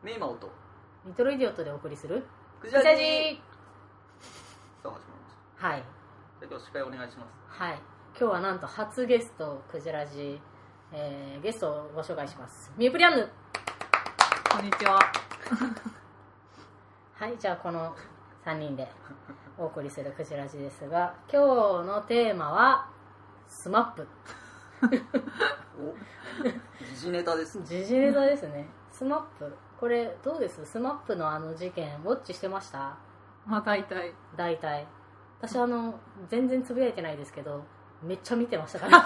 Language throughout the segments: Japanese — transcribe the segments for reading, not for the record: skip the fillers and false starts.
メイマオとリトルイディオットでお送りするクジャジー。さあ始まりました。 はい。 じゃあ今日司会お願いします。 はい。今日はなんと初ゲストクジラジ、ゲストをご紹介します。ミュープリアンヌ。 こんにちは。 はい。じゃあこの3人でお送りするクジラジですが、今日のテーマはスマップ。 お、時事ネタですね。 時事ネタですね。スマップ。これどうです？スマップのあの事件ウォッチしてました？ まあ大体私全然つぶやいてないですけどめっちゃ見てましたから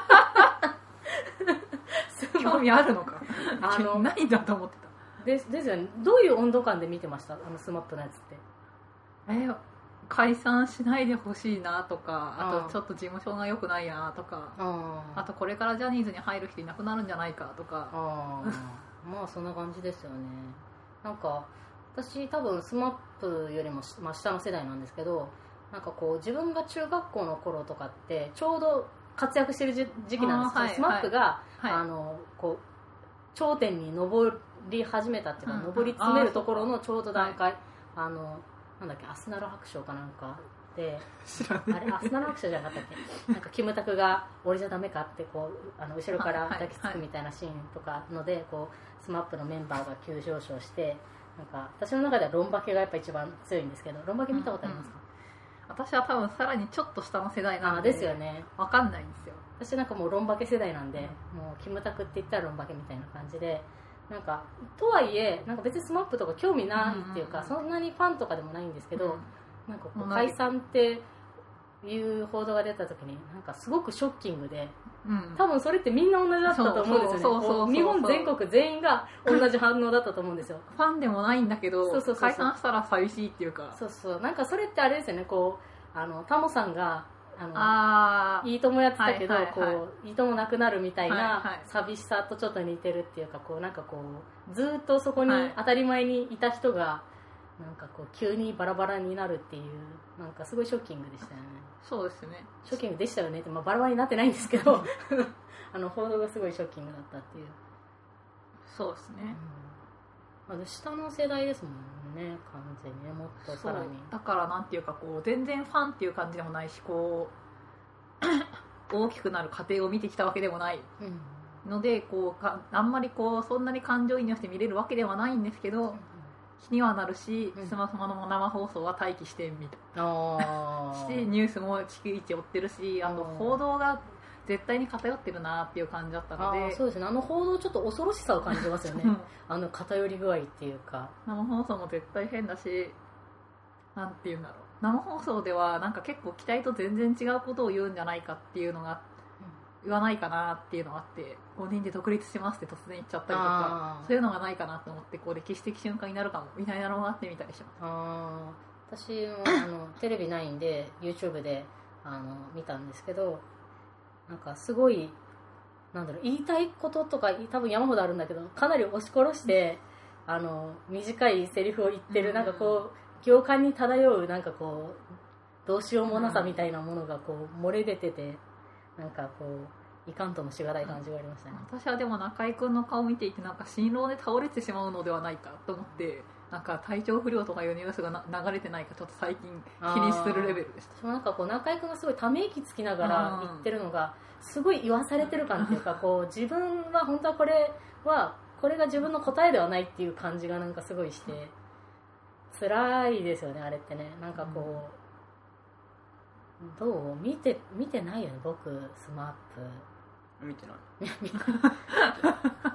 興味あるのかないんだと思ってた。 ですよね。どういう温度感で見てました？スマップのやつって。 解散しないでほしいなとか、あとちょっと事務所が良くないなとか、あとこれからジャニーズに入る人いなくなるんじゃないかとか。 まあそんな感じですよね。なんか私多分スマップよりも、下の世代なんですけど、なんかこう自分が中学校の頃とかってちょうど活躍してる時期なんですけど、スマップが、こう頂点に上り始めたっていうか、上り詰めるところのちょうど段階、なんだっけ、アスナル白書かなんかで、あれアスナル白書じゃなかったっけ、なんかキムタクが俺じゃダメかってこう後ろから抱きつくみたいなシーンとかので、こうスマップのメンバーが急上昇して、なんか私の中ではロンバケがやっぱ一番強いんですけど、ロンバケ見たことありますか？ 私は多分さらにちょっと下の世代なんで、 ですよね。 分かんないんですよ。 私なんかもうロンバケ世代なんで、もうキムタクって言ったらロンバケみたいな感じで、なんかとはいえなんか別にスマップとか興味ないっていうか、そんなにファンとかでもないんですけど、なんかこう解散っていう報道が出た時になんかすごくショッキングで、多分それってみんな同じだったと思うんですよね。日本全国全員が同じ反応だったと思うんですよ。 ファンでもないんだけど、解散したら寂しいっていうか、 なんかそれってあれですよね。こうタモさんがいいともやってたけど、こういいともなくなるみたいな寂しさとちょっと似てるっていうか、こうなんかこうずっとそこに当たり前にいた人がなんかこう急にバラバラになるっていう、なんかすごいショッキングでしたよね。 そうですね。 ショッキングでしたよねって、バラバラになってないんですけど報道がすごいショッキングだったっていう。 そうですね。 下の世代ですもんね、完全にね。もっとさらにだからなんていうか、こう全然ファンっていう感じでもないし、こう大きくなる過程を見てきたわけでもないので、こうあんまりこうそんなに感情移入して見れるわけではないんですけど、気にはなるし、スマスマの生放送は待機してみたしてニュースも逐一追ってるし、報道が絶対に偏ってるなっていう感じだったので。 そうですね。報道ちょっと恐ろしさを感じますよね偏り具合っていうか。 生放送も絶対変だし、なんていうんだろう、生放送ではなんか結構期待と全然違うことを言うんじゃないかっていうのが、言わないかなっていうのがあって、5人で独立しますって突然言っちゃったりとか、そういうのがないかなと思って、こう歴史的瞬間になるかもみたいなのがあってみたりします。私もテレビないんで YouTube で見たんですけど、なんかすごい言いたいこととか多分山ほどあるんだけど、かなり押し殺して短いセリフを言ってる、なんかこう行間に漂うなんかこうどうしようもなさみたいなものがこう漏れ出てて、なんかこういかんともしがたい感じがありましたね。 私はでも中居君の顔を見ていて、なんか心労で倒れてしまうのではないかと思って、なんか体調不良とかいうニュースが流れてないかちょっと最近気にするレベルでした。 なんかこう中居君がすごいため息つきながら言ってるのがすごい言わされてる感っていうか、こう自分は本当はこれが自分の答えではないっていう感じがなんかすごいして、辛いですよね、あれってね。なんかこう、どう見てないよね、僕スマップ見てない。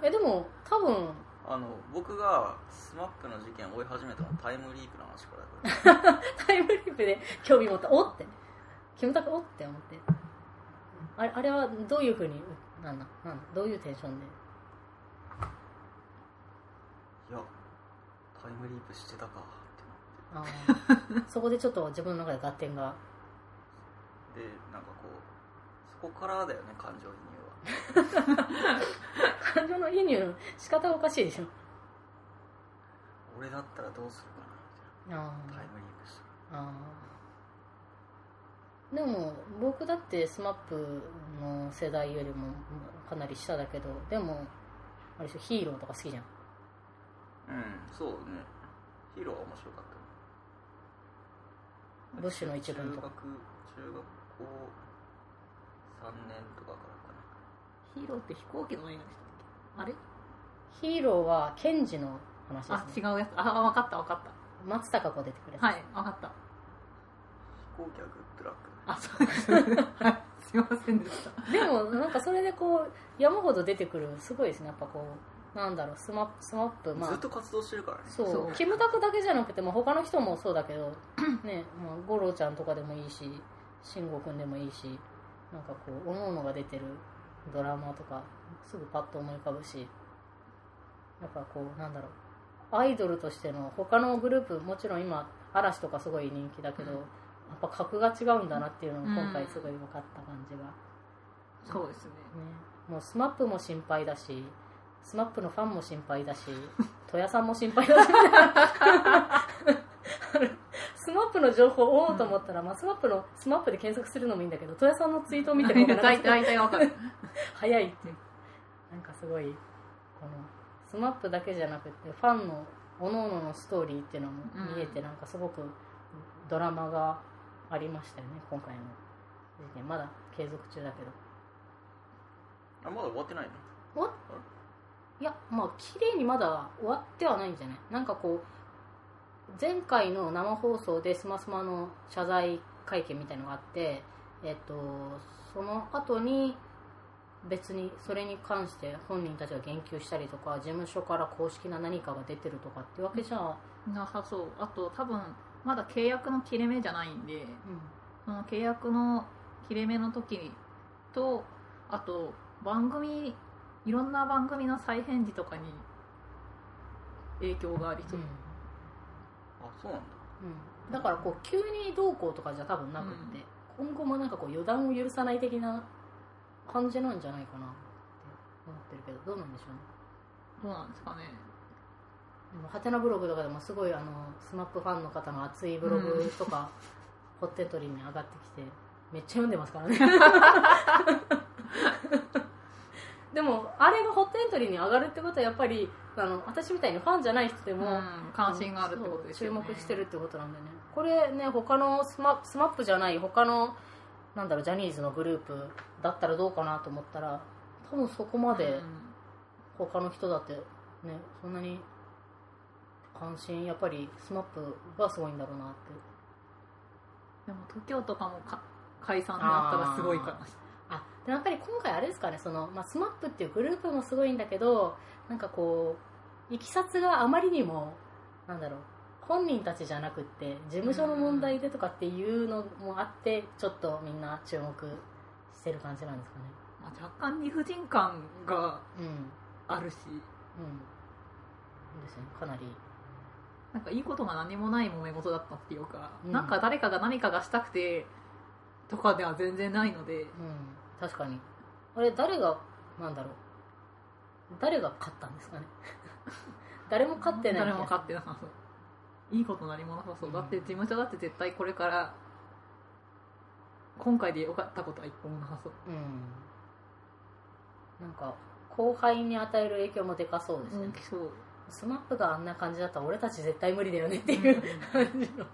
でも多分僕がスマップの事件を追い始めたのはタイムリープの話からだからタイムリープで興味持った。おってキムタクおって思って、あれはどういう風にどういうテンションで。 いや、タイムリープしてたかってなって、 そこでちょっと自分の中で合点がで、なんかこうそこからだよね、感情移入は感情の移入の仕方がおかしいでしょ。 俺だったらどうするかなみたいな。タイムリープする。でも僕だってスマップの世代よりもかなり下だけど、でもあれでしょ、ヒーローとか好きじゃん。 そうね、ヒーローは面白かった。 ブッシュの一文とか中学校3年とかからかな。 ヒーローって飛行機の映画でしたっけ？あれ？ ヒーローはケンジの話ですね。 あ、違うやつ。あ、分かった分かった。 松たか子出てくる。 はい、分かった。 飛行機はグッドラック。 あ、そうですはい、すいませんでした。 でもなんかそれでこう山ほど出てくる、すごいですね。やっぱこうなんだろう、スマップ、まあ、 ずっと活動してるからね。 そうキムタクだけじゃなくて、まあ、他の人もそうだけどね、まあ、五郎ちゃんとかでもいいし、慎吾くんでもいいし、なんかこう各々が出てるドラマとかすぐパッと思い浮かぶし、やっぱこうなんだろう、アイドルとしての他のグループ、もちろん今嵐とかすごい人気だけど、やっぱ格が違うんだなっていうのが今回すごい分かった感じが、 そうですね。 もうスマップも心配だし、スマップのファンも心配だし、戸谷さんも心配だしスマップの情報を追おうと思ったら、まあ、スマップで検索するのもいいんだけど、戸谷さんのツイートを見ても大体わかる。 早いっていう、なんかすごいこのスマップだけじゃなくてファンの各々のストーリーっていうのも見えて、なんかすごくドラマがありましたよね、今回の事件。まだ継続中だけど。 あ、まだ終わってないの？ いや、まあ綺麗にまだ終わってはないんじゃない？なんかこう前回の生放送でスマスマの謝罪会見みたいのがあって、その後に別にそれに関して本人たちが言及したりとか、事務所から公式な何かが出てるとかっていうわけじゃなさそう。あと多分まだ契約の切れ目じゃないんで、その契約の切れ目の時と、あといろんな番組の再編時とかに影響がありそう。 あ、そうなんだ。 だからこう急にどうこうとかじゃ多分なくって、今後もなんかこう予断を許さない的な感じなんじゃないかなって思ってるけど、どうなんでしょうね。 どうなんですかね。 でもハテナブログとかでもすごいスマップファンの方の熱いブログとか、ホッテントリーに上がってきてめっちゃ読んでますからねでもあれがホットエントリーに上がるってことはやっぱり私みたいにファンじゃない人でも、 関心があるってことですよね。 注目してるってことなんでね。これね、他のスマップじゃない他のなんだろうジャニーズのグループだったらどうかなと思ったら、多分そこまで他の人だってね、そんなに関心、やっぱりスマップがすごいんだろうなって。 でも TOKIO とかも解散になったらすごいかな。 でやっぱり今回あれですかね、スマップっていうグループもすごいんだけど、なんかこういきさつがあまりにもなんだろう、本人たちじゃなくって事務所の問題でとかっていうのもあって、ちょっとみんな注目してる感じなんですかね。 若干理不尽感があるし、 ですね、かなりなんかいいことが何もない揉め事だったっていうか、なんか誰かが何かがしたくてとかでは全然ないので、 確かにあれ誰が勝ったんですかね誰も勝ってない。 誰も勝ってなさそう。いいこと何もなさそう。だって事務所だって絶対これから今回で良かったことは一個もなさそう。 なんか後輩に与える影響もでかそうですね。 そう。 スマップがあんな感じだったら俺たち絶対無理だよねっていう感じの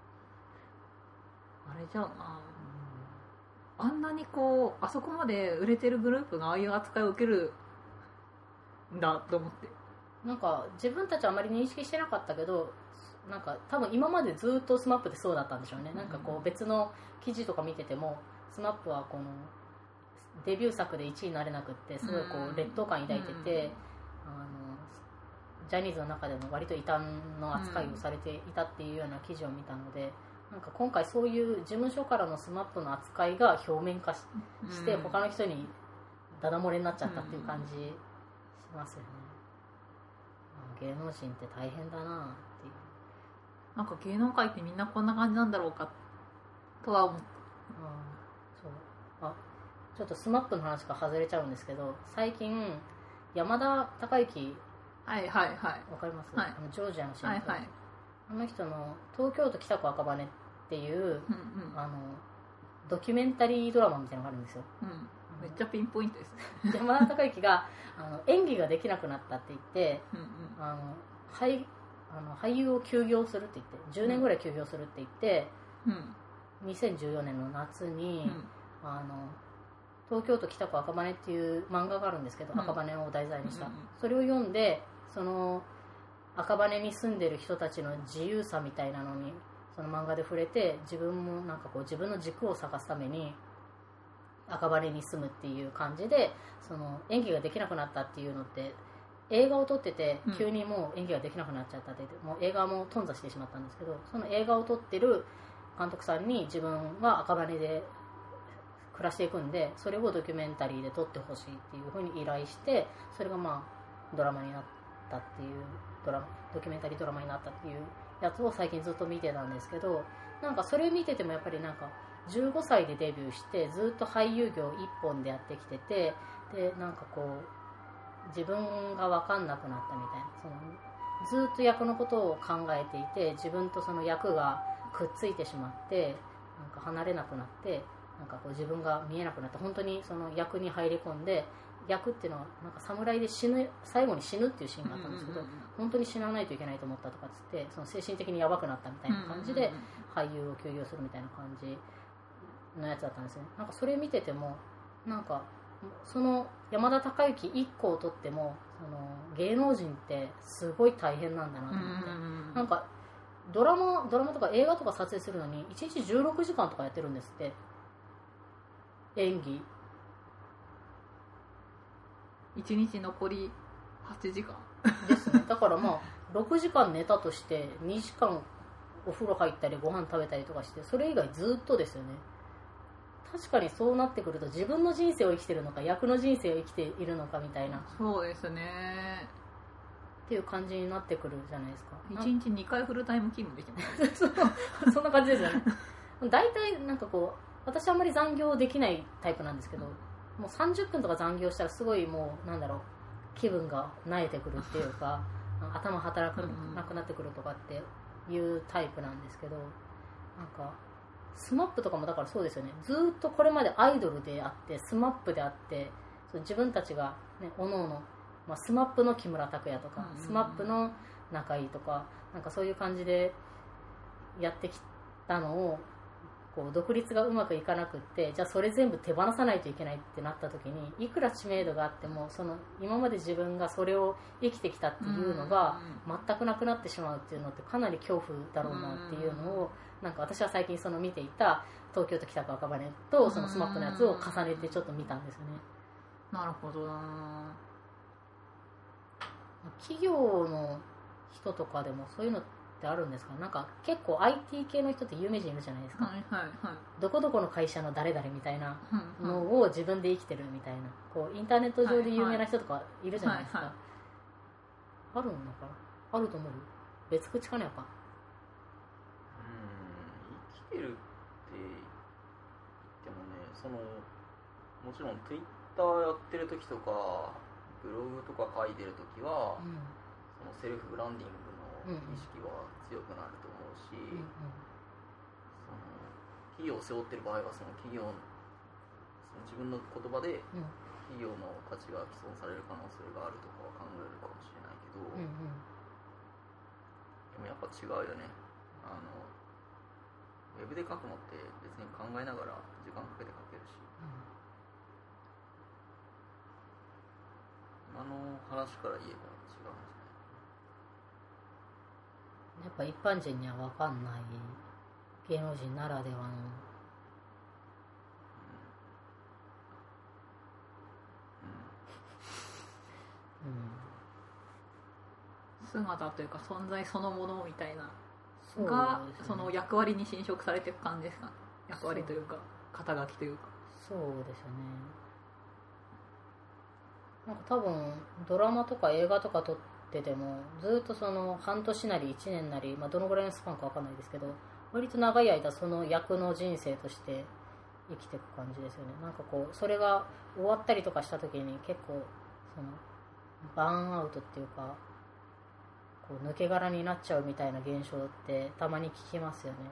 あれじゃあな、あんなにこうあそこまで売れてるグループがああいう扱いを受けるんだと思って、 なんか自分たちはあまり認識してなかったけど、なんか多分今までずっとスマップってそうだったんでしょうね。なんかこう別の記事とか見てても、スマップはこのデビュー作で1位になれなくってすごいこう劣等感抱いてて、ジャニーズの中でも割と異端の扱いをされていたっていうような記事を見たので、なんか今回そういう事務所からのスマップの扱いが表面化 して他の人にダダ漏れになっちゃったっていう感じしますよね。芸能人って大変だなっていう。 なんか芸能界ってみんなこんな感じなんだろうかとは思って、 ちょっとスマップの話から外れちゃうんですけど、最近山田孝之、わかります？ジョージアのシンガー、あの人の東京都北区赤羽っていう、ドキュメンタリードラマみたいなのがあるんですよ。 めっちゃピンポイントですね。 山田孝之が演技ができなくなったって言って、 俳優を休業するって言って10年ぐらい休業するって言って、2014年の夏に、東京都北区赤羽っていう漫画があるんですけど、赤羽を題材にした、それを読んでその赤羽に住んでる人たちの自由さみたいなのにその漫画で触れて、自分もなんかこう自分の軸を探すために赤羽に住むっていう感じで、その演技ができなくなったっていうのって映画を撮ってて急にもう演技ができなくなっちゃったって言って、もう映画も頓挫してしまったんですけど、その映画を撮ってる監督さんに自分は赤羽で暮らしていくんで、それをドキュメンタリーで撮ってほしいっていうふうに依頼して、それがまあドラマになったっていうドキュメンタリードラマになったっていうやつを最近ずっと見てたんですけど、なんかそれ見ててもやっぱりなんか15歳でデビューしてずっと俳優業一本でやってきてて、でなんかこう自分が分かんなくなったみたいな、そのずっと役のことを考えていて自分とその役がくっついてしまってなんか離れなくなって、なんかこう自分が見えなくなって、本当にその役に入り込んで、役っていうのはなんか侍で最後に死ぬっていうシーンがあったんですけど、本当に死なないといけないと思ったとかっつって、その精神的にやばくなったみたいな感じで俳優を休業するみたいな感じのやつだったんですね。なんかそれ見ててもなんかその山田孝之1個をとってもその芸能人ってすごい大変なんだなと思って、なんかドラマとか映画とか撮影するのに1日16時間とかやってるんですって、演技 1日残り8時間ですね。だからまあ6時間寝たとして2時間お風呂入ったりご飯食べたりとかして、それ以外ずっとですよね。確かにそうなってくると自分の人生を生きてるのか役の人生を生きているのかみたいな、 そうですねっていう感じになってくるじゃないですか。 1日2回フルタイム勤務できますそんな感じですよね。大体なんかこう私あんまり残業できないタイプなんですけど、もう30分とか残業したらすごいもうなんだろう、気分が萎えてくるっていうか頭働かなくなってくるとかっていうタイプなんですけど、なんかスマップとかもだからそうですよね。ずっとこれまでアイドルであってスマップであって、自分たちがねおのおの、まあ、スマップの木村拓哉とか、スマップの中井とか、なんかそういう感じでやってきたのをこう独立がうまくいかなくって、じゃあそれ全部手放さないといけないってなった時に、いくら知名度があってもその今まで自分がそれを生きてきたっていうのが全くなくなってしまうっていうのってかなり恐怖だろうなっていうのを、なんか私は最近その見ていた東京都北区赤羽とそのスマップのやつを重ねてちょっと見たんですよね。 なるほどな。 企業の人とかでもそういうのってあるんですか？なんか結構 IT 系の人って有名人いるじゃないですか、 はいはいはい、 どこどこの会社の誰々みたいなのを自分で生きてるみたいな、こうインターネット上で有名な人とかいるじゃないですか、はいはい、あるのかな、あると思う？別口かねやっぱ。 生きてるって言ってもね、そのもちろん Twitter やってる時とかブログとか書いてる時は、そのセルフブランディングの意識は強くなると思うし、その企業を背負ってる場合はその企業その自分の言葉で企業の価値が毀損される可能性があるとかは考えるかもしれないけど、でもやっぱ違うよね。ウェブで書くのって別に考えながら時間かけて書けるし、今の話から言えば違うんじゃない？ やっぱ一般人には分かんない芸能人ならではの、 姿というか存在そのものみたいなが その役割に侵食されていく感じですかね。役割というか肩書きというか。 そうですよね。なんか多分ドラマとか映画とか撮っててもずっとその半年なり1年なり、まあ、どのぐらいのスパンか分かんないですけど、割と長い間その役の人生として生きていく感じですよね。なんかこうそれが終わったりとかした時に結構そのバーンアウトっていうかこう抜け殻になっちゃうみたいな現象ってたまに聞きますよね。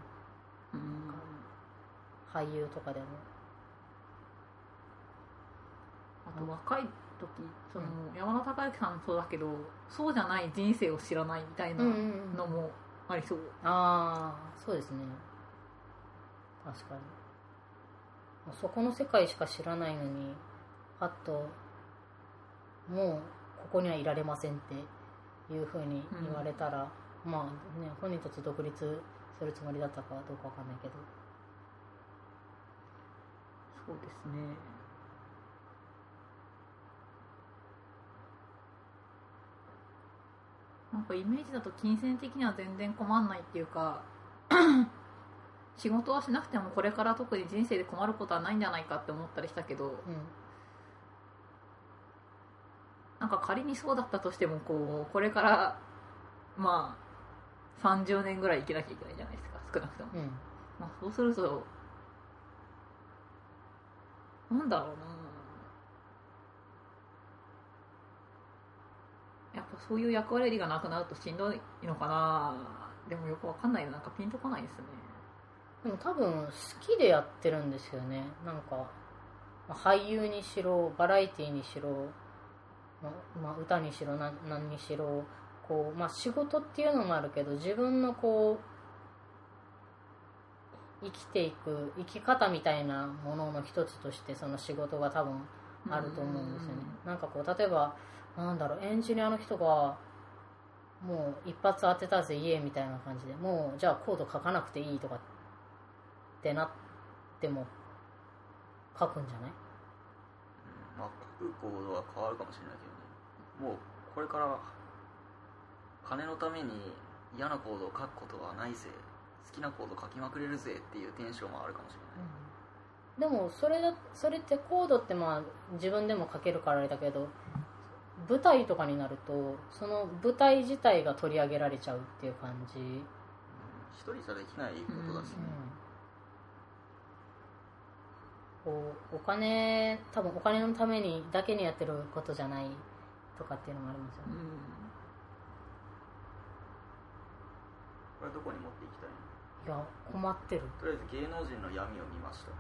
俳優とかでも。 あと若い時、その山田孝之さんもそうだけど、そうじゃない人生を知らないみたいなのもありそう。 ああ、そうですね。確かに。そこの世界しか知らないのに、あともうここにはいられませんっていう風に言われたら、まあね、本人たち独立するつもりだったかどうかわかんないけど。 そうですね。なんかイメージだと金銭的には全然困んないっていうか仕事はしなくてもこれから特に人生で困ることはないんじゃないかって思ったりしたけど、なんか仮にそうだったとしてもこれからまあ30年ぐらい生きなきゃいけないじゃないですか、少なくとも、まあ、そうするとなんだろうな、やっぱそういう役割がなくなるとしんどいのかな。でもよくわかんないの、なんかピンとこないですね。 でも多分好きでやってるんですよね。なんか俳優にしろバラエティにしろ、まあ、歌にしろ何にしろこう、まあ、仕事っていうのもあるけど、自分のこう生きていく生き方みたいなものの一つとしてその仕事が多分あると思うんですよね。なんかこう例えばなんだろう、エンジニアの人がもう一発当てたぜイエーみたいな感じで、もうじゃあコード書かなくていいとかってなっても書くんじゃない？ まあ書くコードは変わるかもしれないけどね。もうこれから金のために嫌なコードを書くことはないぜ、好きなコード書きまくれるぜっていうテンションもあるかもしれない、 でもそれってコードってまあ自分でも書けるからあれだけど、舞台とかになるとその舞台自体が取り上げられちゃうっていう感じ、 一人じゃできないことだしね、 こう多分お金のためにだけにやってることじゃないとかっていうのもありますよね、 これどこに持っていきたいの？ いや困ってる。 とりあえず芸能人の闇を見ました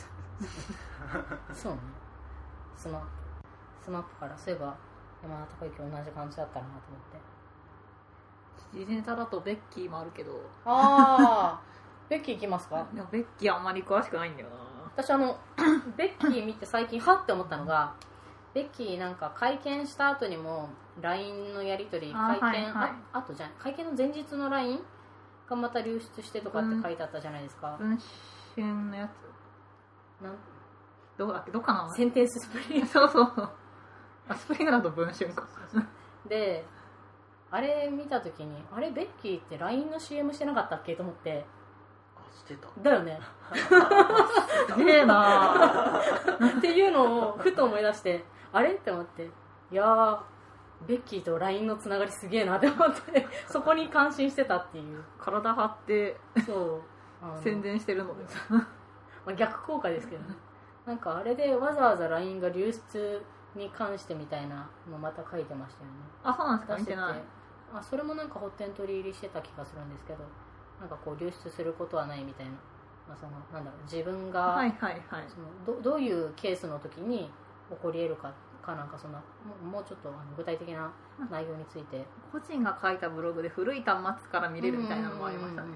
そうね、スマップからそういえば山田孝之同じ感じだったなと思って。 時事ネタだとベッキーもあるけど、 ああベッキー行きますか？ でもベッキーあんまり詳しくないんだよな。 私ベッキー見て最近ハッて思ったのが、ベッキーなんか会見した後にも LINE のやり取り、会見あとじゃん、会見の前日の LINE がまた流出してとかって書いてあったじゃないですか。 文春のやつどうだっけ、どっかな、 センテンススプリングそうスプリングだと文春かで、あれ見た時に、あれベッキーって LINE の CM してなかったっけと思って。 してただよねすげえなっていうのをふと思い出して、あれって思って、いやーベッキーと LINE のつながりすげえなって思ってそこに感心してたっていう。 体張ってそう宣伝してるのですまあ逆効果ですけどねなんかあれでわざわざ LINE が流出に関してみたいなのまた書いてましたよね。 あ、そうなんですか？見てない。 それもなんか発展取り入りしてた気がするんですけど、なんかこう流出することはないみたいな、まあ、そのなんだろう、自分が、そのどういうケースの時に起こり得るかなんかそんなもうちょっと具体的な内容について、 個人が書いたブログで古い端末から見れるみたいなのもありましたね。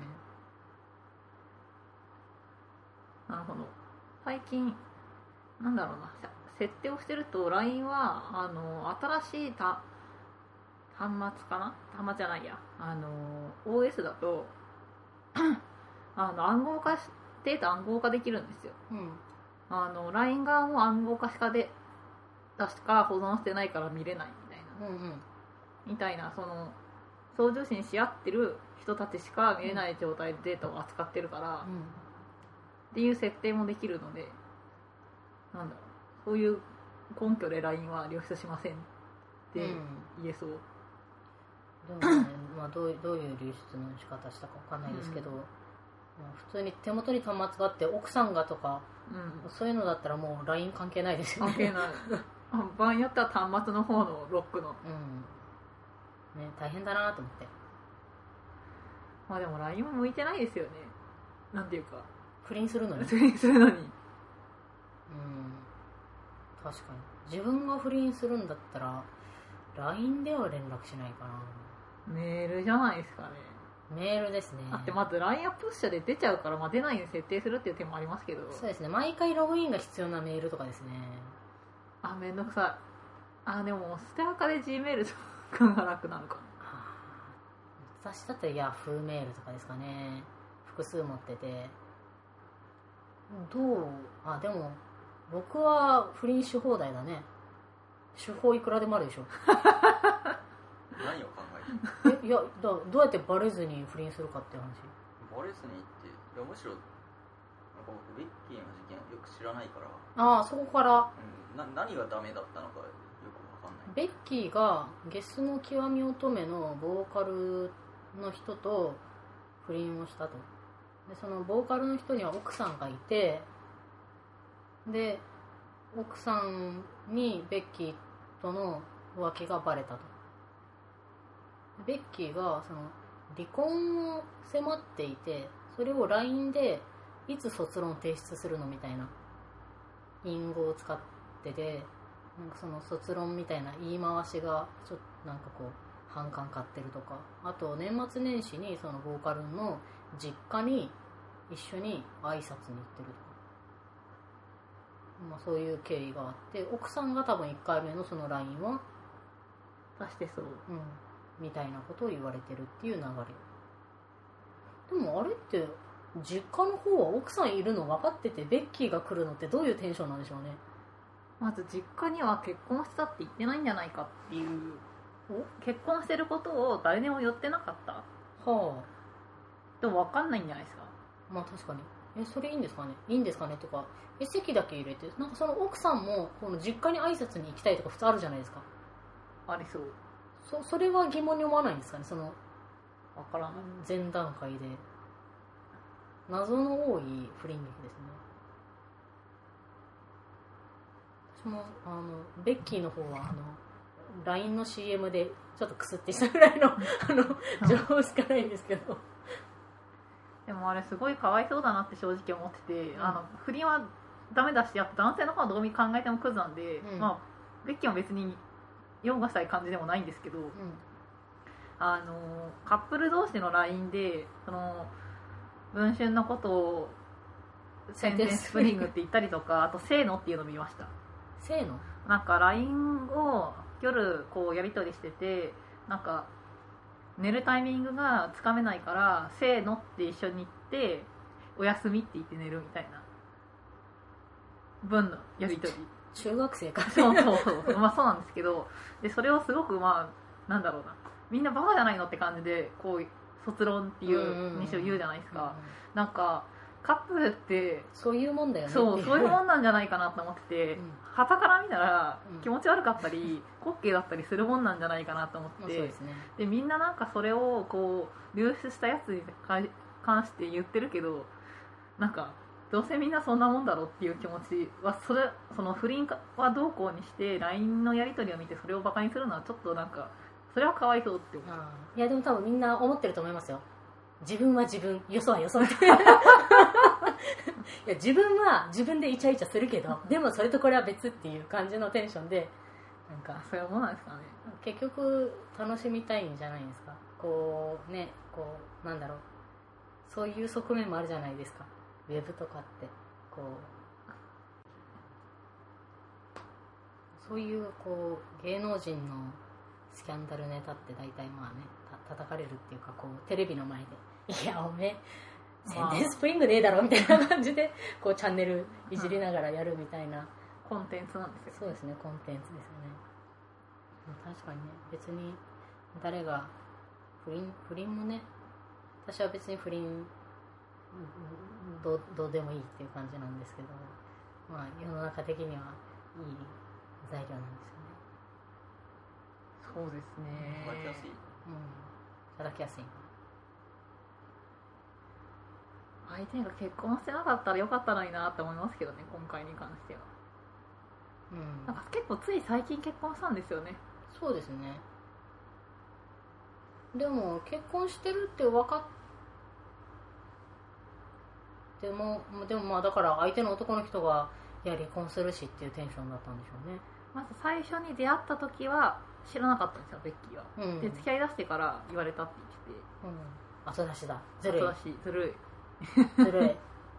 なるほど。最近なんだろうな、設定をしてると LINE は新しい端末かな、端末じゃないや、OS だと暗号化データ暗号化できるんですよ、LINE 側も暗号化で確か保存してないから見れないみたいな、その送受信し合ってる人たちしか見れない状態でデータを扱ってるから、っていう設定もできるので、なんだろう、そういう根拠で LINE は流出しませんって言えそう、 でもねまあ、どういう流出の仕方したかわかんないですけど、普通に手元に端末があって奥さんがとか、そういうのだったらもう LINE 関係ないですよね。 関係ない場合によっては端末の方のロックの、ね、 大変だなと思って。 まあでも LINE も向いてないですよね、なんていうか不倫するのに確かに自分が不倫するんだったら LINE では連絡しないかな。 メールじゃないですかね。 メールですね。 だってまず LINE アップッシャで出ちゃうから、まあ、出ないように設定するっていう手もありますけど。 そうですね、毎回ログインが必要なメールとかですね。 あ、めんどくさい。でもステアカで G メールとかが楽なのかな。 私だったら Yahoo メールとかですかね。複数持っててでも僕は不倫し放題だね。手法いくらでもあるでしょ。 何を考えてるいやどうやってバレずに不倫するかって話。 バレずにって、いやむしろなんか僕ベッキーの事件よく知らないから、 そこから、 何がダメだったのかよくわかんない。 ベッキーがゲスの極み乙女のボーカルの人と不倫をしたと。でそのボーカルの人には奥さんがいて、で奥さんにベッキーとの浮気がバレたと。ベッキーがその離婚を迫っていて、それを LINE でいつ卒論提出するのみたいな隠語を使ってて、なんかその卒論みたいな言い回しがちょっとなんかこう反感買ってるとか、あと年末年始にそのボーカルの実家に一緒に挨拶に行ってるとか、そういう経緯があって、奥さんが多分1回目のその LINE は出してそう、 みたいなことを言われてるっていう流れ。でもあれって実家の方は奥さんいるの分かっててベッキーが来るのってどういうテンションなんでしょうね。 まず実家には結婚したって言ってないんじゃないかっていう、結婚してることを誰にも言ってなかった、でも分かんないんじゃないですか。 まあ確かにそれいいんですかね、いいんですかねとか、籍だけ入れて、なんかその奥さんもこの実家に挨拶に行きたいとか普通あるじゃないですか。 ありそう。 それは疑問に思わないんですかね、その分からない前段階で。謎の多い不倫劇ですね。私もベッキーの方はLINE の CM でちょっとクスってしたぐらいの情報しかないんですけど。 でもあれすごいかわいそうだなって正直思ってて、不倫はダメだし、あと男性の方はどう考えてもクズなんで、まあベッキーは別に擁護したい感じでもないんですけど、カップル同士の LINE でその文春のことをセンテンスプリングって言ったりとか、あとせーのっていうのを見ました。 せーのなんか LINE を夜こうやり取りしてて、なんか寝るタイミングがつかめないからせーのって一緒に言っておやすみって言って寝るみたいな文のやり取り。 中学生か。 そうまあそうなんですけど、でそれをすごくなんだろうな、みんなバカじゃないのって感じでこう卒論っていう印象言うじゃないですか。なんかカップルってそういうもんだよね。 そういうもんなんじゃないかなと思ってて、傍から見たら気持ち悪かったり滑稽だったりするもんなんじゃないかなと思って、でみんななんかそれをこう流出したやつに関して言ってるけど、なんかどうせみんなそんなもんだろうっていう気持ちは、その不倫はどうこうにして LINE のやり取りを見てそれをバカにするのはちょっとなんかそれはかわいそうって思う。 いやでも多分みんな思ってると思いますよ。自分は自分、よそはよそっていや自分は自分でイチャイチャするけど、でもそれとこれは別っていう感じのテンションで、なんかそういうものなんですかね。 結局楽しみたいんじゃないですか。こうね、こうなんだろう、そういう側面もあるじゃないですか。ウェブとかってこうそういうこう芸能人のスキャンダルネタって大体まあね叩かれるっていうか、こうテレビの前でいやおめえセンテンスプリングねえだろみたいな感じでこうチャンネルいじりながらやるみたいな、 コンテンツなんですよ。 そうですね、コンテンツですよね。確かにね、別に誰が不倫もね、私は別に不倫どうでもいいっていう感じなんですけど、まあ世の中的にはいい材料なんですよね。 そうですね。 働きやすい。 働きやすい。 相手が結婚してなかったらよかったのになって思いますけどね、今回に関しては。なんか結構つい最近結婚したんですよね。 そうですね。でも結婚してるって分かってもまあだから相手の男の人がいや離婚するしっていうテンションだったんでしょうね。 まず最初に出会った時は知らなかったんですよベッキーは、うん、で付き合いだしてから言われたって言ってて、 後出しだ、ずるい、 後出しずるいずるい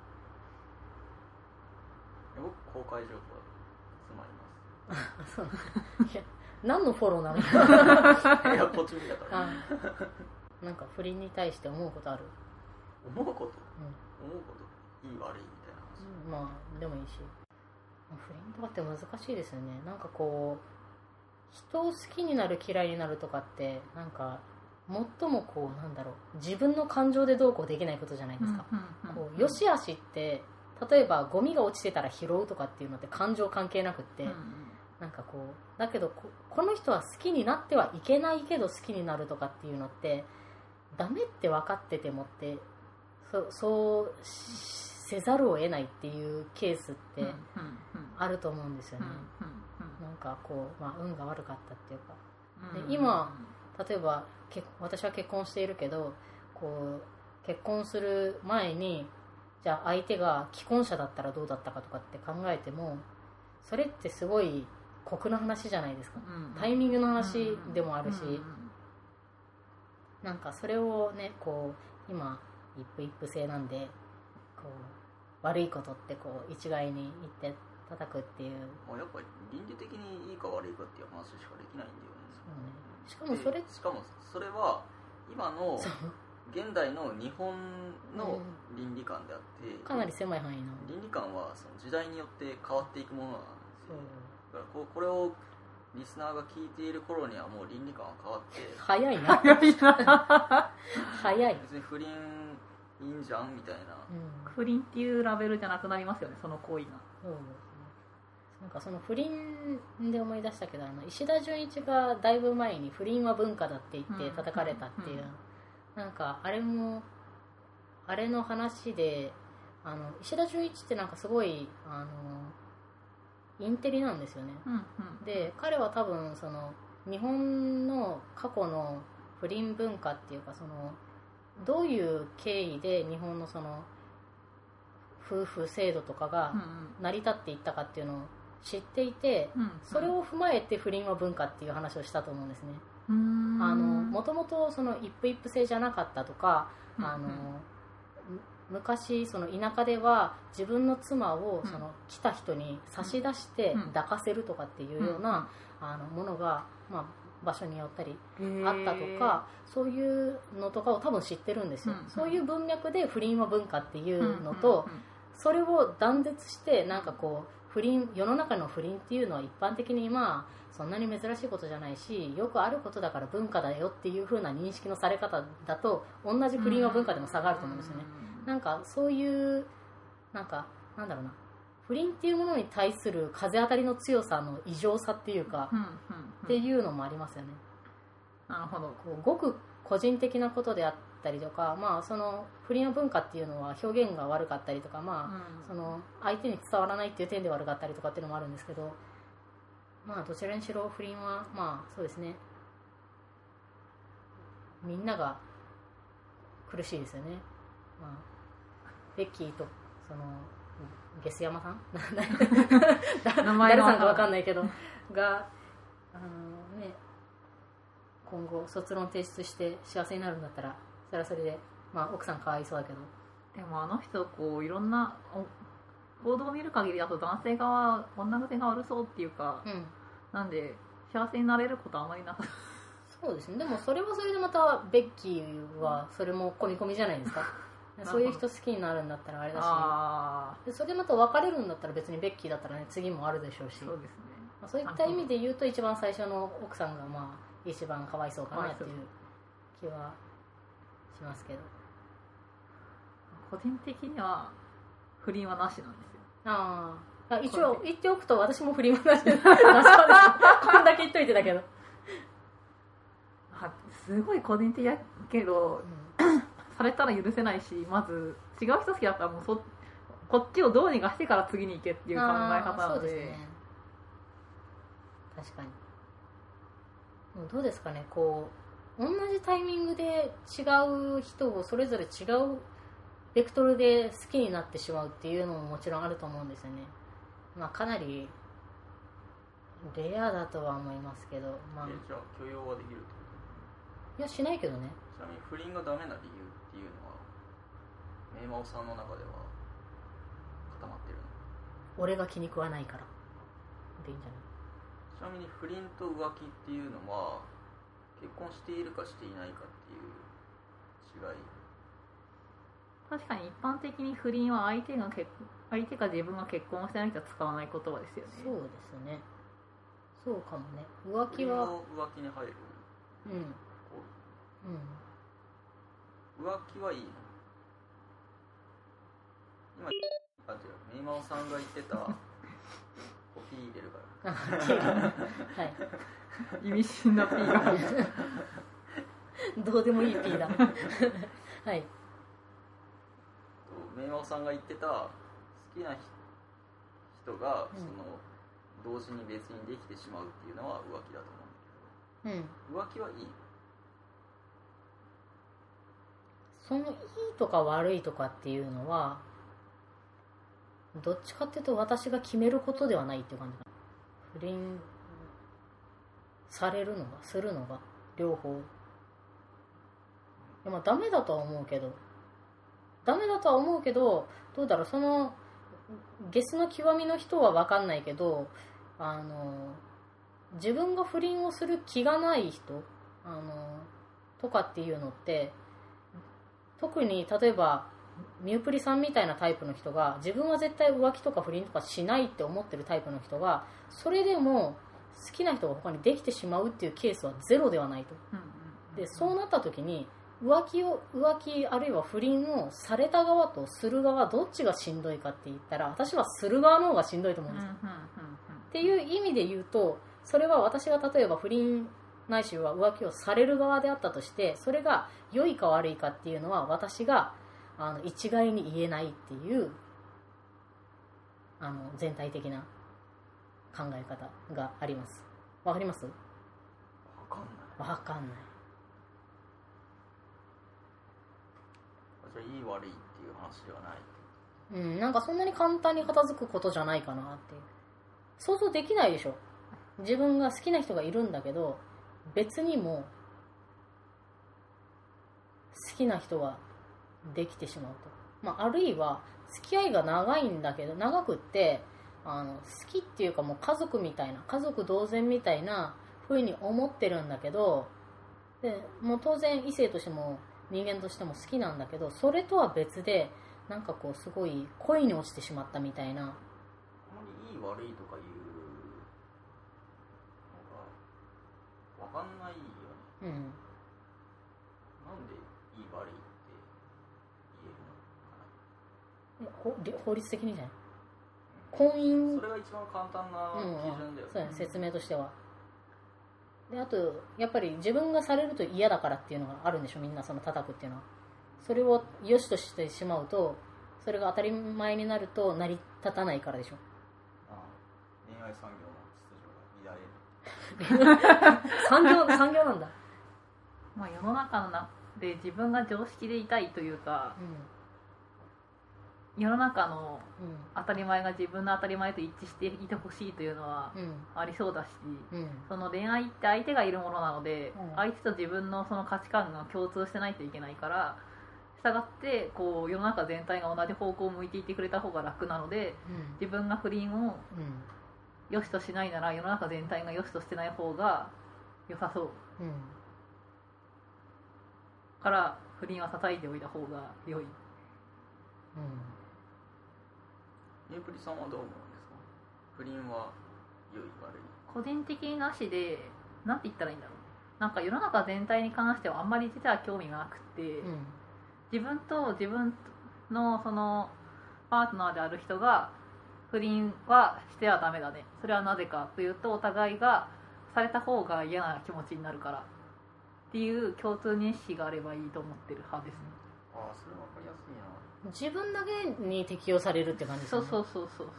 僕公開情報つまりますそういや何のフォローなのいやこっち見たからなんか不倫に対して思うことある？ 思うこと、思うこといい悪いみたいな話、 まあでもいいし、不倫とかって難しいですよね。なんかこう人を好きになる嫌いになるとかってなんか最もこうなんだろう自分の感情でどうこうできないことじゃないですか、こう良し悪しって例えばゴミが落ちてたら拾うとかっていうのって感情関係なくって、なんかこうだけど この人は好きになってはいけないけど好きになるとかっていうのってダメって分かっててもってそうせざるを得ないっていうケースってあると思うんですよね。なんかこう、運が悪かったっていうか、で今例えば私は結婚しているけどこう結婚する前にじゃあ相手が既婚者だったらどうだったかとかって考えてもそれってすごい酷な話じゃないですか、タイミングの話でもあるし、なんかそれをねこう今一夫一夫制なんでこう悪いことってこう一概に言って叩くっていう、 やっぱり倫理的にいいか悪いかっていう話しかできないんだよね。 しかもそれは今の現代の日本の倫理観であって、 かなり狭い範囲の倫理観はその時代によって変わっていくものなんですよ。だからこれをリスナーが聞いている頃にはもう倫理観は変わって早いな早い。 別に不倫いいんじゃんみたいな、 不倫っていうラベルじゃなくなりますよね、その行為が。 そうですね。なんかその不倫で思い出したけど石田純一がだいぶ前に不倫は文化だって言って叩かれたっていう、なんかあれの話で石田純一ってなんかすごいインテリなんですよね、で彼は多分その日本の過去の不倫文化っていうかそのどういう経緯で日本のその夫婦制度とかが成り立っていったかっていうのを知っていて、それを踏まえて不倫は文化っていう話をしたと思うんですね。もともとその一夫一夫制じゃなかったとか、昔その田舎では自分の妻をその来た人に差し出して抱かせるとかっていうようなものが、場所によったりあったとか、そういうのとかを多分知ってるんですよ、そういう文脈で不倫は文化っていうのと、それを断絶してなんかこう世の中の不倫っていうのは一般的にそんなに珍しいことじゃないしよくあることだから文化だよっていう風な認識のされ方だと同じ不倫は文化でも差があると思うんですよね。なんかそういうなんだろうな、不倫っていうものに対する風当たりの強さの異常さっていうか、っていうのもありますよね。 なるほど。 ごく個人的なことであったりとか、その不倫の文化っていうのは表現が悪かったりとか、その相手に伝わらないっていう点で悪かったりとかっていうのもあるんですけど、どちらにしろ不倫はそうですね、みんなが苦しいですよね。ベッキーとそのゲス山さん誰さんか分かんないけどが今後卒論提出して幸せになるんだったらそれはそれで、奥さんかわいそうだけど、 でも人いろんな報道を見る限りだと男性側女性が悪そうっていうか、なんで幸せになれることはあまりなさそうですね。でもそれはそれでまたベッキーはそれも込み込みじゃないですかそういう人好きになるんだったらあれだし、でそれでまた別れるんだったら別にベッキーだったらね次もあるでしょうし、 そうですね、 そういった意味で言うと一番最初の奥さんが一番かわいそうかなっていう気はしますけど、 個人的には不倫はなしなんですよ。 一応言っておくと私も不倫はなしですこんだけ言っといてだけどすごい個人的だけど、されたら許せないし、まず違う人好きだったらもうこっちをどうにかしてから次に行けっていう考え方なので、 そうですね、確かに。どうですかね、同じタイミングで違う人をそれぞれ違うベクトルで好きになってしまうっていうのももちろんあると思うんですよね。 まあかなりレアだとは思いますけど、まあ、 じゃあ許容はできるってこいやしないけどね。 と？ちなみに不倫がダメな理由っていうのはメイマオさんの中では固まってるの？ 俺が気に食わないからでいいんじゃない？ ちなみに不倫と浮気っていうのは結婚しているかしていないかっていう違い。 確かに一般的に不倫は相手が自分が結婚してない人は使わない言葉ですよね。 そうですね。そうかもね。浮気は浮気に入る。 うん浮気はいいの？今違う、メイマオさんが言ってたコピー入れるからはい意味深な P がどうでもいい P だはいメイマオさんが言ってた好きな人がその、同時に別にできてしまうっていうのは浮気だと思うんだけど、浮気はいい？ そのいいとか悪いとかっていうのはどっちかっていうと私が決めることではないっていう感じかな。不倫されるのがするのが両方まあダメだとは思うけどどうだろう、そのゲスの極みの人は分かんないけど自分が不倫をする気がない人とかっていうのって特に例えばミュープリさんみたいなタイプの人が自分は絶対浮気とか不倫とかしないって思ってるタイプの人がそれでも好きな人が他にできてしまうっていうケースはゼロではないと。でそうなった時に浮気あるいは不倫をされた側とする側どっちがしんどいかって言ったら私はする側の方がしんどいと思うんですよ。っていう意味で言うとそれは私が例えば不倫ないしは浮気をされる側であったとしてそれが良いか悪いかっていうのは私が一概に言えないっていう全体的な考え方があります。わかります？ わかんない。じゃあいい悪いっていう話ではない。 なんかそんなに簡単に片付くことじゃないかなっていう。想像できないでしょ。自分が好きな人がいるんだけど別にも好きな人ができてしまうと、あるいは付き合いが長いんだけど長くって好きっていうかもう家族みたいな家族同然みたいな風に思ってるんだけどでもう当然異性としても人間としても好きなんだけどそれとは別でなんかこうすごい恋に落ちてしまったみたいな。 あまりいい悪いとかいうのが分かんないよね。なんでいい悪いって言えるのかな。 法律的にじゃない？婚姻それが一番簡単な基準だよね。 そうやね、説明としては。であとやっぱり自分がされると嫌だからっていうのがあるんでしょ。みんなその叩くっていうのはそれを良しとしてしまうとそれが当たり前になると成り立たないからでしょ。 恋愛産業の秩序が乱れる産業なんだ。 世の中で自分が常識でいたいというか、世の中の当たり前が自分の当たり前と一致していてほしいというのはありそうだし、その恋愛って相手がいるものなので、相手と自分のその価値観が共通してないといけないからしたがってこう世の中全体が同じ方向を向いていてくれた方が楽なので、自分が不倫を良しとしないなら世の中全体が良しとしてない方が良さそう、から不倫は叩いておいた方が良い。 ミュープリさんはどう思うんですか？不倫は良い悪い？ 個人的なしでなんて言ったらいいんだろう。なんか世の中全体に関してはあんまり実は興味がなくて、自分と自分のそのパートナーである人が不倫はしてはダメだね、それはなぜかというとお互いがされた方が嫌な気持ちになるからっていう共通認識があればいいと思ってる派ですね。 それ分かりやすいな。 自分だけに適用されるって感じですね。 そう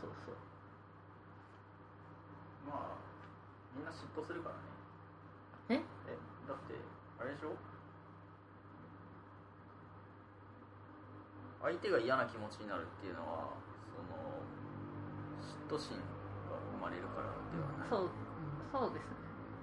みんな嫉妬するからね。だってあれでしょ、相手が嫌な気持ちになるっていうのはその嫉妬心が生まれるからではない、 そうですね。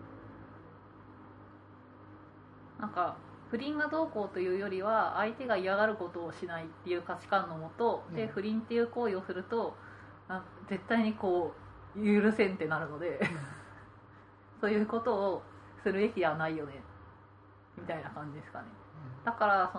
なんか不倫がどうこうというよりは相手が嫌がることをしないっていう価値観のもとで、不倫っていう行為をすると絶対にこう許せんってなるのでそういうことをするべきではないよねみたいな感じですかね。だから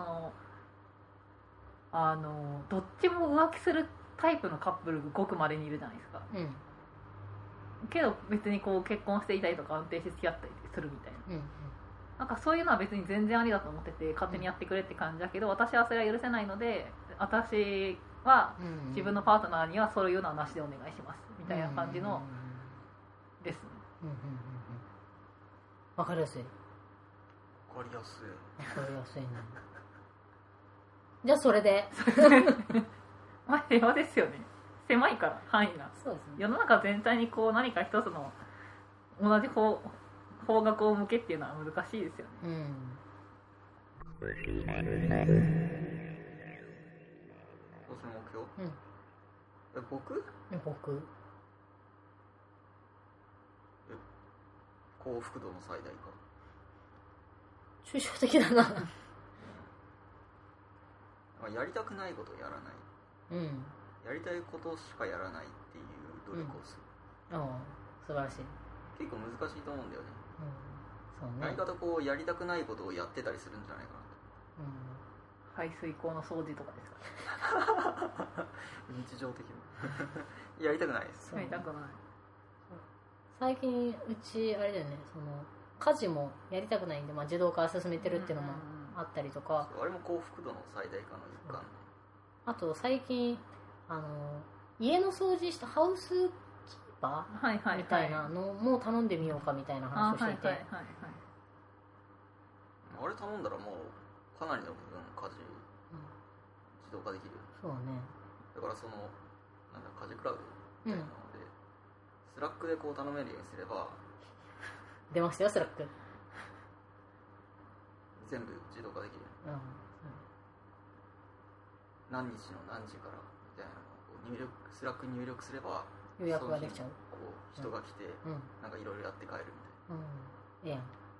どっちも浮気するタイプのカップルごく稀にいるじゃないですか、けど別にこう結婚していたりとか安定して付き合ったりするみたいな、なんかそういうのは別に全然ありだと思ってて勝手にやってくれって感じだけど、私はそれは許せないので私は自分のパートナーにはそういうのはなしでお願いしますみたいな感じのですね。 わかりやすい。 わかりやすいね。じゃあそれでまあ平和ですよね。狭いから範囲が。 そうですね。 世の中全体にこう何か一つの同じ方角を向けっていうのは難しいですよね。 どうする目標？僕幸福度の最大化。 抽象的だなやりたくないことをやらない、やりたいことしかやらないっていう努力をする、 素晴らしい。 結構難しいと思うんだよね。 そうね。 何かとこうやりたくないことをやってたりするんじゃないかなと、 排水口の掃除とかですか日常的にやりたくないです。 やりたくない。 最近うちあれだよね、家事もやりたくないんで、自動化進めてるっていうのもあったりとか、 あれも幸福度の最大化の一環。 あと最近家の掃除したハウスキーパーみたいなのも頼んでみようかみたいな話をしていて、 あれ頼んだらもうかなりの部分家事自動化できる。 そうね。 だから家事クラウドみたいなので、スラックでこう頼めるようにすれば出ましたよスラック。 全部自動化できる、何日の何時からみたいなのをスラックに入力すれば予約ができちゃう。 こう人が来て、なんかいろいろやって帰るみたいな、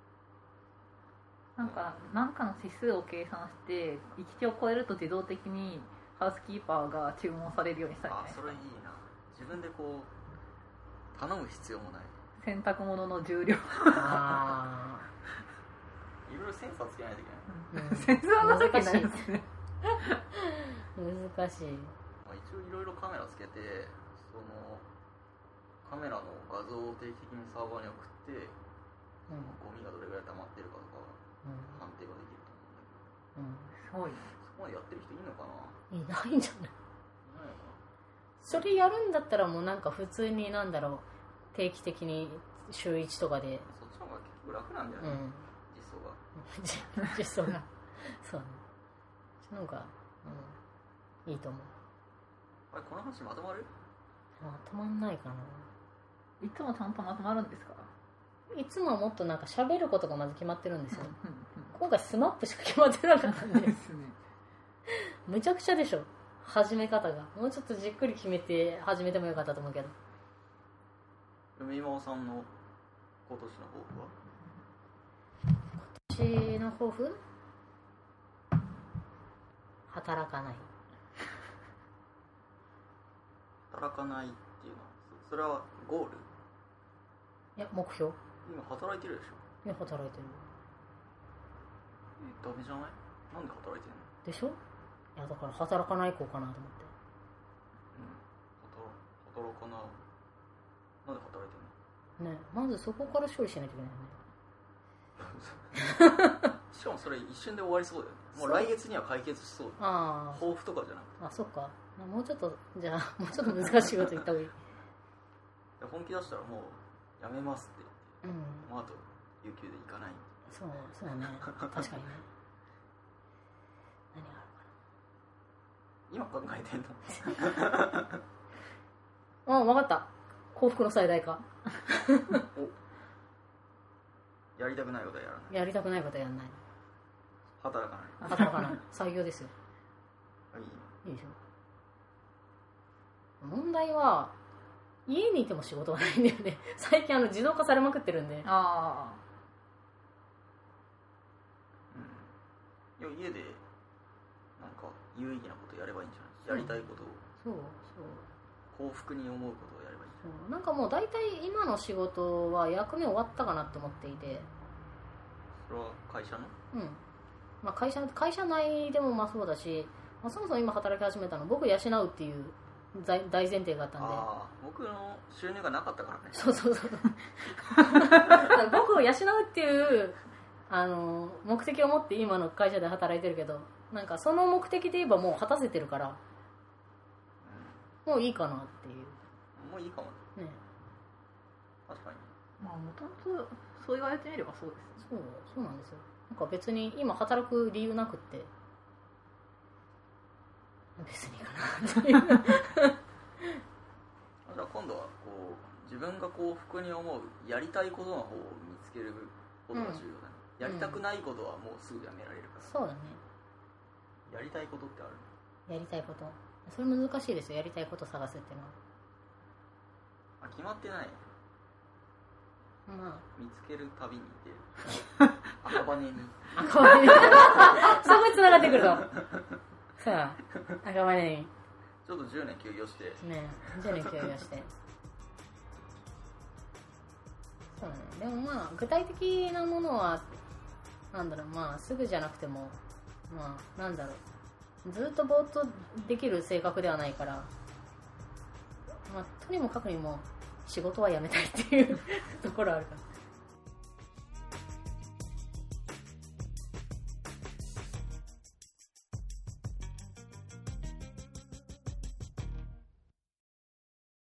なんかの指数を計算して行き地を超えると自動的にハウスキーパーが注文されるようにしたいね。 それいいな。自分でこう頼む必要もない。 洗濯物の重量いろいろセンサーつけないといけない、 センサーの時ないですね難しい。 一応いろいろカメラつけて、カメラの画像を定期的にサーバーに送って、ゴミがどれぐらい溜まってるかとか、判定ができると思うんだけど、 すごい。 そこまでやってる人いるのかな。 いないんじゃない。それやるんだったらもうなんか普通に定期的に週1とかで。 そっちの方が結構楽なんだよね、 実装がそうね。その方が、いいと思う。 あれこの話まとまる？ まとまんないかな。 いつもちゃんとまとまるんですか？ いつもはもっと喋ることがまず決まってるんですよ今回スマップしか決まってなかったんでですね。 むちゃくちゃでしょ始め方が。もうちょっとじっくり決めて始めてもよかったと思うけど。 今尾さんの今年の抱負は？ 今年の抱負？働かない。 働かないっていうのはそれはゴール？ いや目標。 今働いてるでしょ。 いや働いてる。 ダメじゃない？なんで働いてるの？ でしょ。いやだから働かない子かなと思って。 働かな。なんで働いてるの？ね、まずそこから処理しないといけないよねしかもそれ一瞬で終わりそうだよね。もう来月には解決しそう。抱負とかじゃなくて。 そっか。もうちょっとじゃあもうちょっと難しいこと言った方がいい本気出したらもうやめますって言って、もうあと有給で行かない。 そうね確かにね。何があるかな。今考えてんの？ 分かった。幸福の最大化やりたくないことはやらない。 やりたくないことはやらない。 働かない。 働かない。採用ですよ。 いいでしょ。問題は家にいても仕事がないんだよね最近自動化されまくってるんで。 ああ、家でなんか有意義なことやればいいんじゃない？やりたいことを、 そう幸福に思うことをやればいいんじゃない？ なんかもう大体今の仕事は役目終わったかなって思っていて。 それは会社の？ まあ、会社内でもまあそうだし、まあ、そもそも今働き始めたの僕養うっていう大前提があったんで。 ああ、僕の収入がなかったからね。 そう僕を養うっていう目的を持って今の会社で働いてるけど、なんかその目的で言えばもう果たせてるから、もういいかなっていう。 もういいかもね。確かに。 まあもともとそう言われてみればそうですね。 そうなんですよ。なんか別に今働く理由なくって別にいいかなっていうじゃあ今度はこう自分が幸福に思うやりたいことの方を見つけることが重要だね。やりたくないことはもうすぐやめられるから。 そうだね。 やりたいことってある？ やりたいこと、それ難しいですよ。やりたいこと探すっていうのは。 決まってない。 まあ見つけるたびに出る赤羽にそこに繋がってくるとさあ赤羽にちょっと10年休業してね、10年休業してそうね。でもまあ具体的なものはなんだろう、まあすぐじゃなくてもまあなんだろう、ずっとぼーっとできる性格ではないから、まあとにもかくにも仕事は辞めたいっていうところあるから。